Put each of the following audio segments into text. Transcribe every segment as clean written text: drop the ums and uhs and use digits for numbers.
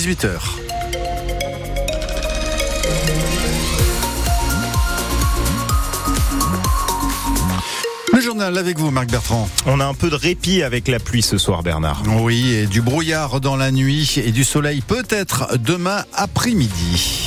18h. Le journal avec vous, Marc Bertrand. On a un peu de répit avec la pluie ce soir, Bernard. Oui, et du brouillard dans la nuit et du soleil peut-être demain après-midi.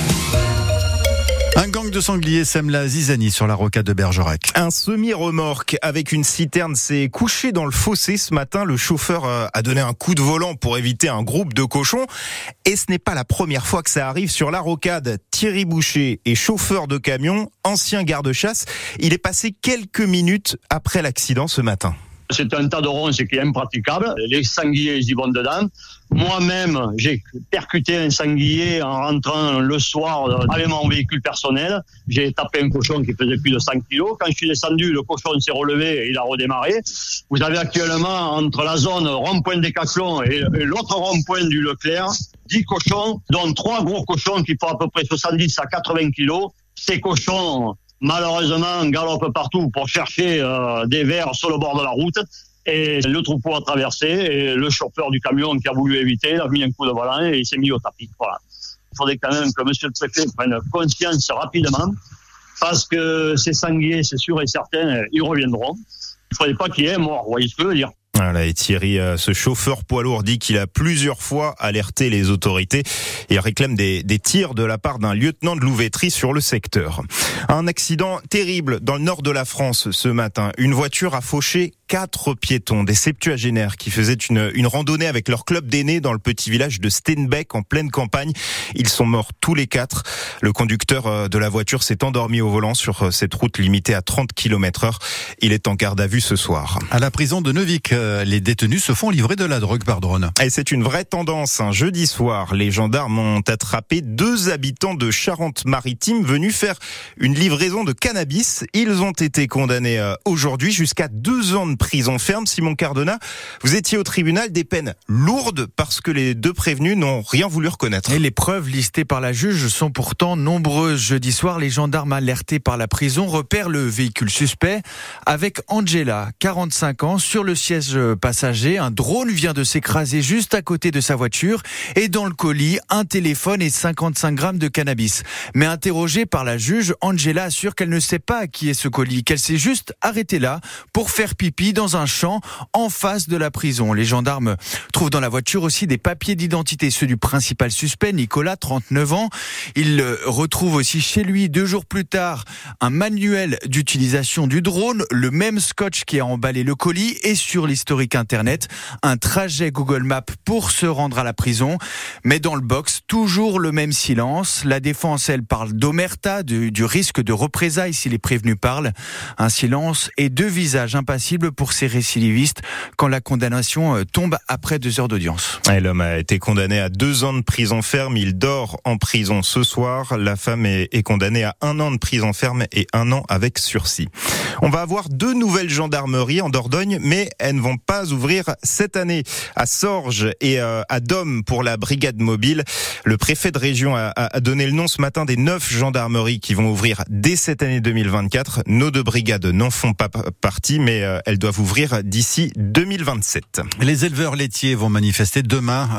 Un gang de sangliers sème la zizanie sur la rocade de Bergerac. Un semi-remorque avec une citerne s'est couché dans le fossé ce matin. Le chauffeur a donné un coup de volant pour éviter un groupe de cochons. Et ce n'est pas la première fois que ça arrive sur la rocade. Thierry Boucher est chauffeur de camion, ancien garde-chasse. Il est passé quelques minutes après l'accident ce matin. C'est un tas de ronces qui est impraticable. Les sangliers, ils y vont dedans. Moi-même, j'ai percuté un sanglier en rentrant le soir avec mon véhicule personnel. J'ai tapé un cochon qui faisait plus de 100 kilos. Quand je suis descendu, le cochon s'est relevé et il a redémarré. Vous avez actuellement, entre la zone rond-point des Caclons et l'autre rond-point du Leclerc, 10 cochons, dont 3 gros cochons qui font à peu près 70 à 80 kilos. Ces cochons, malheureusement, galopent partout pour chercher des vers sur le bord de la route. Et le troupeau a traversé et le chauffeur du camion qui a voulu éviter a mis un coup de volant et il s'est mis au tapis. Voilà. Il faudrait quand même que monsieur le préfet prenne conscience rapidement parce que ces sangliers, c'est sûr et certain, ils reviendront. Il ne faudrait pas qu'il y ait un mort, vous voyez ce que je veux dire. Voilà, et Thierry, ce chauffeur poids lourd, dit qu'il a plusieurs fois alerté les autorités et réclame des tirs de la part d'un lieutenant de louveterie sur le secteur. Un accident terrible dans le nord de la France ce matin. Une voiture a fauché 4 piétons, des septuagénaires qui faisaient une randonnée avec leur club d'aînés dans le petit village de Steenbeek en pleine campagne. Ils sont morts tous les 4. Le conducteur de la voiture s'est endormi au volant sur cette route limitée à 30 km/h. Il est en garde à vue ce soir. À la prison de Neuvic, les détenus se font livrer de la drogue par drone. Et c'est une vraie tendance. Un jeudi soir, les gendarmes ont attrapé 2 habitants de Charente-Maritime venus faire une livraison de cannabis. Ils ont été condamnés aujourd'hui jusqu'à 2 ans de prison ferme. Simon Cardona, vous étiez au tribunal, des peines lourdes parce que les 2 prévenus n'ont rien voulu reconnaître. Et les preuves listées par la juge sont pourtant nombreuses. Jeudi soir, les gendarmes alertés par la prison repèrent le véhicule suspect avec Angela, 45 ans, sur le siège passager. Un drone vient de s'écraser juste à côté de sa voiture et dans le colis, un téléphone et 55 grammes de cannabis. Mais interrogée par la juge, Angela assure qu'elle ne sait pas qui est ce colis, qu'elle s'est juste arrêtée là pour faire pipi dans un champ en face de la prison. Les gendarmes trouvent dans la voiture aussi des papiers d'identité, ceux du principal suspect, Nicolas, 39 ans. Ils retrouvent aussi chez lui 2 jours plus tard un manuel d'utilisation du drone, le même scotch qui a emballé le colis et sur l'historique internet, un trajet Google Maps pour se rendre à la prison. Mais dans le box, toujours le même silence. La défense, elle, parle d'omerta, du risque de représailles si les prévenus parlent. Un silence et 2 visages impassibles pour ces récidivistes quand la condamnation tombe après 2 heures d'audience. Et l'homme a été condamné à 2 ans de prison ferme. Il dort en prison ce soir. La femme est condamnée à 1 an de prison ferme et 1 an avec sursis. On va avoir 2 nouvelles gendarmeries en Dordogne, mais elles ne vont pas ouvrir cette année. À Sorges et à Dôme pour la brigade mobile. Le préfet de région a donné le nom ce matin des 9 gendarmeries qui vont ouvrir dès cette année 2024. Nos 2 brigades n'en font pas partie, mais elles doivent ouvrir d'ici 2027. Les éleveurs laitiers vont manifester demain.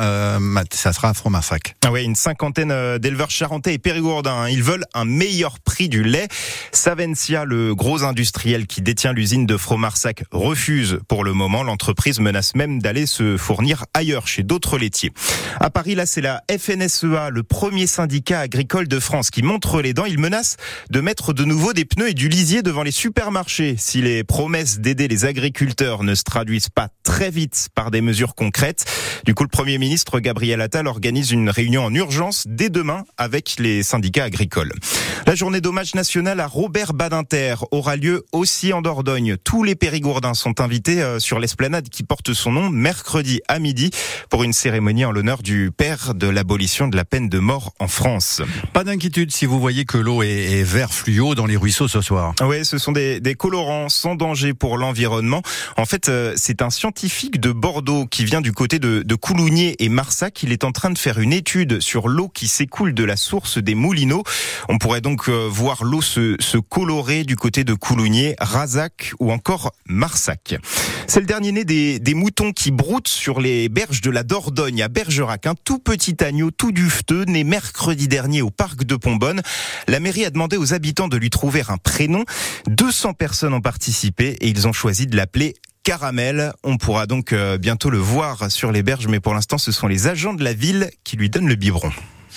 Ça sera à Fromarsac. Ah ouais, une 50aine d'éleveurs charentais et périgourdins. Ils veulent un meilleur prix du lait. Savencia, le gros industriel qui détient l'usine de Fromarsac, refuse pour le moment. L'entreprise menace même d'aller se fournir ailleurs, chez d'autres laitiers. À Paris, là, c'est la FNSEA, le premier syndicat agricole de France, qui montre les dents. Il menace de mettre de nouveau des pneus et du lisier devant les supermarchés si les promesses d'aider les agriculteurs ne se traduisent pas très vite par des mesures concrètes. Du coup, le Premier ministre Gabriel Attal organise une réunion en urgence dès demain avec les syndicats agricoles. La journée d'hommage nationale à Robert Badinter aura lieu aussi en Dordogne. Tous les Périgourdins sont invités sur l'esplanade qui porte son nom mercredi à midi pour une cérémonie en l'honneur du père de l'abolition de la peine de mort en France. Pas d'inquiétude si vous voyez que l'eau est vert fluo dans les ruisseaux ce soir. Oui, ce sont des colorants sans danger pour l'environnement. l'environnement. En fait, c'est un scientifique de Bordeaux qui vient du côté de Coulounier et Marsac. Il est en train de faire une étude sur l'eau qui s'écoule de la source des Moulineaux. On pourrait donc voir l'eau se colorer du côté de Coulounier, Razac ou encore Marsac. C'est le dernier né des moutons qui broutent sur les berges de la Dordogne à Bergerac. Un tout petit agneau tout dufteux né mercredi dernier au parc de Pombonne. La mairie a demandé aux habitants de lui trouver un prénom. 200 personnes ont participé et ils ont choisi de l'appeler Caramel. On pourra donc bientôt le voir sur les berges, mais pour l'instant, ce sont les agents de la ville qui lui donnent le biberon.